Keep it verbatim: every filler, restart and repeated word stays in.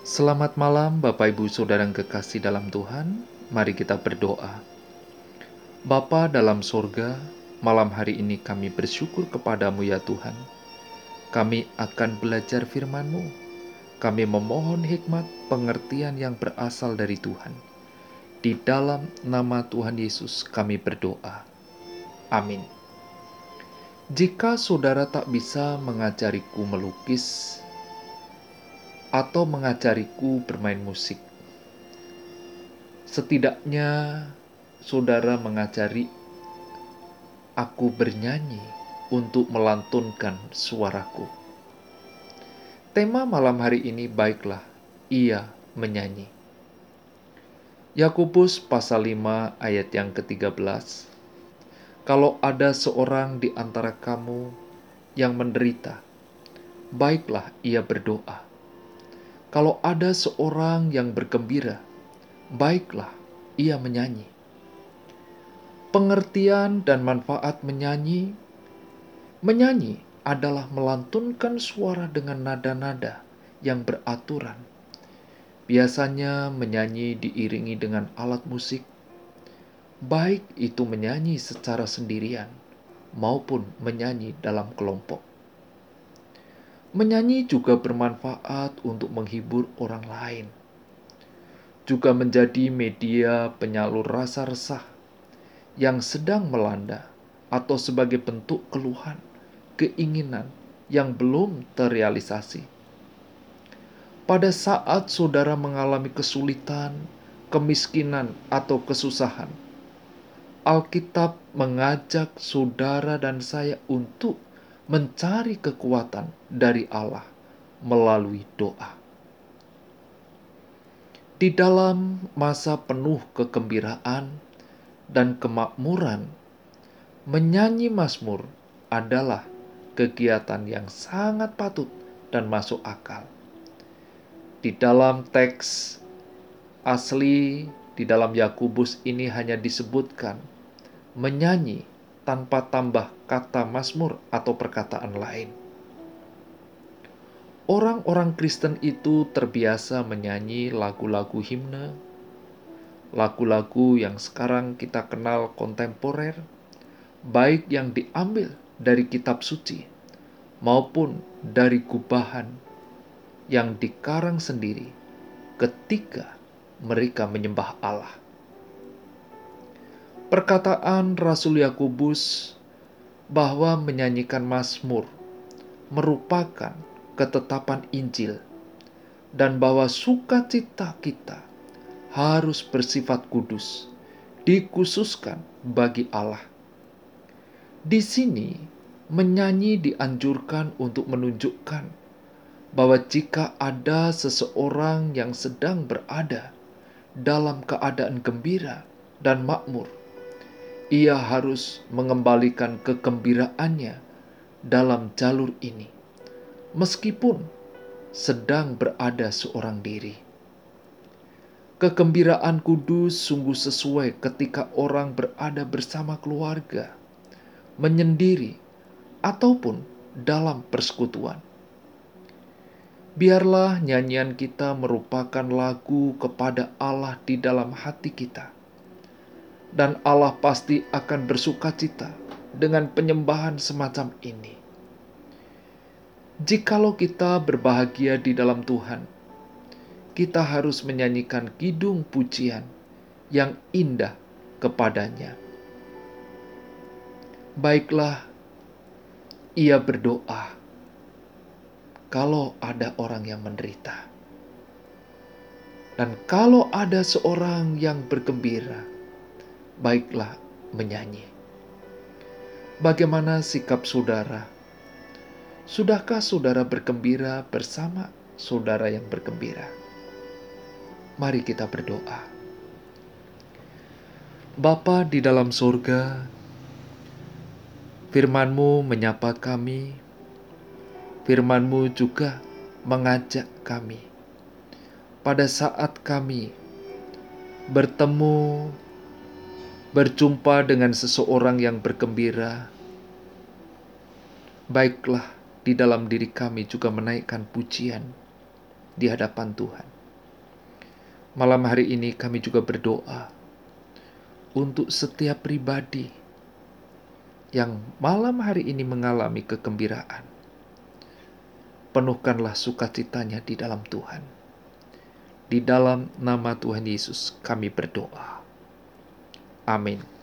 Selamat malam Bapak Ibu Saudara yang kekasih dalam Tuhan. Mari kita berdoa. Bapa dalam sorga, malam hari ini kami bersyukur kepadamu ya Tuhan. Kami akan belajar firman-Mu. Kami memohon hikmat pengertian yang berasal dari Tuhan. Di dalam nama Tuhan Yesus kami berdoa. Amin. Jika saudara tak bisa mengajariku melukis atau mengajariku bermain musik, setidaknya saudara mengajari aku bernyanyi untuk melantunkan suaraku. Tema malam hari ini baiklah ia menyanyi. Yakobus pasal lima ayat yang ketiga belas. Kalau ada seorang di antara kamu yang menderita, baiklah ia berdoa. Kalau ada seorang yang bergembira, baiklah ia menyanyi. Pengertian dan manfaat menyanyi. Menyanyi adalah melantunkan suara dengan nada-nada yang beraturan. Biasanya menyanyi diiringi dengan alat musik, baik itu menyanyi secara sendirian maupun menyanyi dalam kelompok. Menyanyi juga bermanfaat untuk menghibur orang lain, juga menjadi media penyalur rasa resah yang sedang melanda atau sebagai bentuk keluhan, keinginan yang belum terrealisasi. Pada saat saudara mengalami kesulitan, kemiskinan, atau kesusahan, Alkitab mengajak saudara dan saya untuk mencari kekuatan dari Allah melalui doa. Di dalam masa penuh kegembiraan dan kemakmuran, menyanyi mazmur adalah kegiatan yang sangat patut dan masuk akal. Di dalam teks asli, di dalam Yakobus ini hanya disebutkan menyanyi tanpa tambah kata mazmur atau perkataan lain. Orang-orang Kristen itu terbiasa menyanyi lagu-lagu himne, lagu-lagu yang sekarang kita kenal kontemporer, baik yang diambil dari kitab suci maupun dari gubahan yang dikarang sendiri ketika mereka menyembah Allah. Perkataan Rasul Yakobus bahwa menyanyikan mazmur merupakan ketetapan Injil dan bahwa sukacita kita harus bersifat kudus, dikhususkan bagi Allah. Di sini menyanyi dianjurkan untuk menunjukkan bahwa jika ada seseorang yang sedang berada dalam keadaan gembira dan makmur, ia harus mengembalikan kegembiraannya dalam jalur ini, meskipun sedang berada seorang diri. Kegembiraan kudus sungguh sesuai ketika orang berada bersama keluarga, menyendiri, ataupun dalam persekutuan. Biarlah nyanyian kita merupakan lagu kepada Allah di dalam hati kita. Dan Allah pasti akan bersukacita dengan penyembahan semacam ini. Jikalau kita berbahagia di dalam Tuhan, kita harus menyanyikan kidung pujian yang indah kepadanya. Baiklah, ia berdoa kalau ada orang yang menderita. Dan kalau ada seorang yang bergembira, baiklah menyanyi. Bagaimana sikap saudara? Sudahkah saudara bergembira bersama saudara yang bergembira? Mari kita berdoa. Bapa di dalam surga, firman-Mu menyapa kami, firman-Mu juga mengajak kami. Pada saat kami bertemu, berjumpa dengan seseorang yang bergembira, baiklah di dalam diri kami juga menaikkan pujian di hadapan Tuhan. Malam hari ini kami juga berdoa untuk setiap pribadi yang malam hari ini mengalami kegembiraan. Penuhkanlah sukacitanya di dalam Tuhan. Di dalam nama Tuhan Yesus kami berdoa. Amin.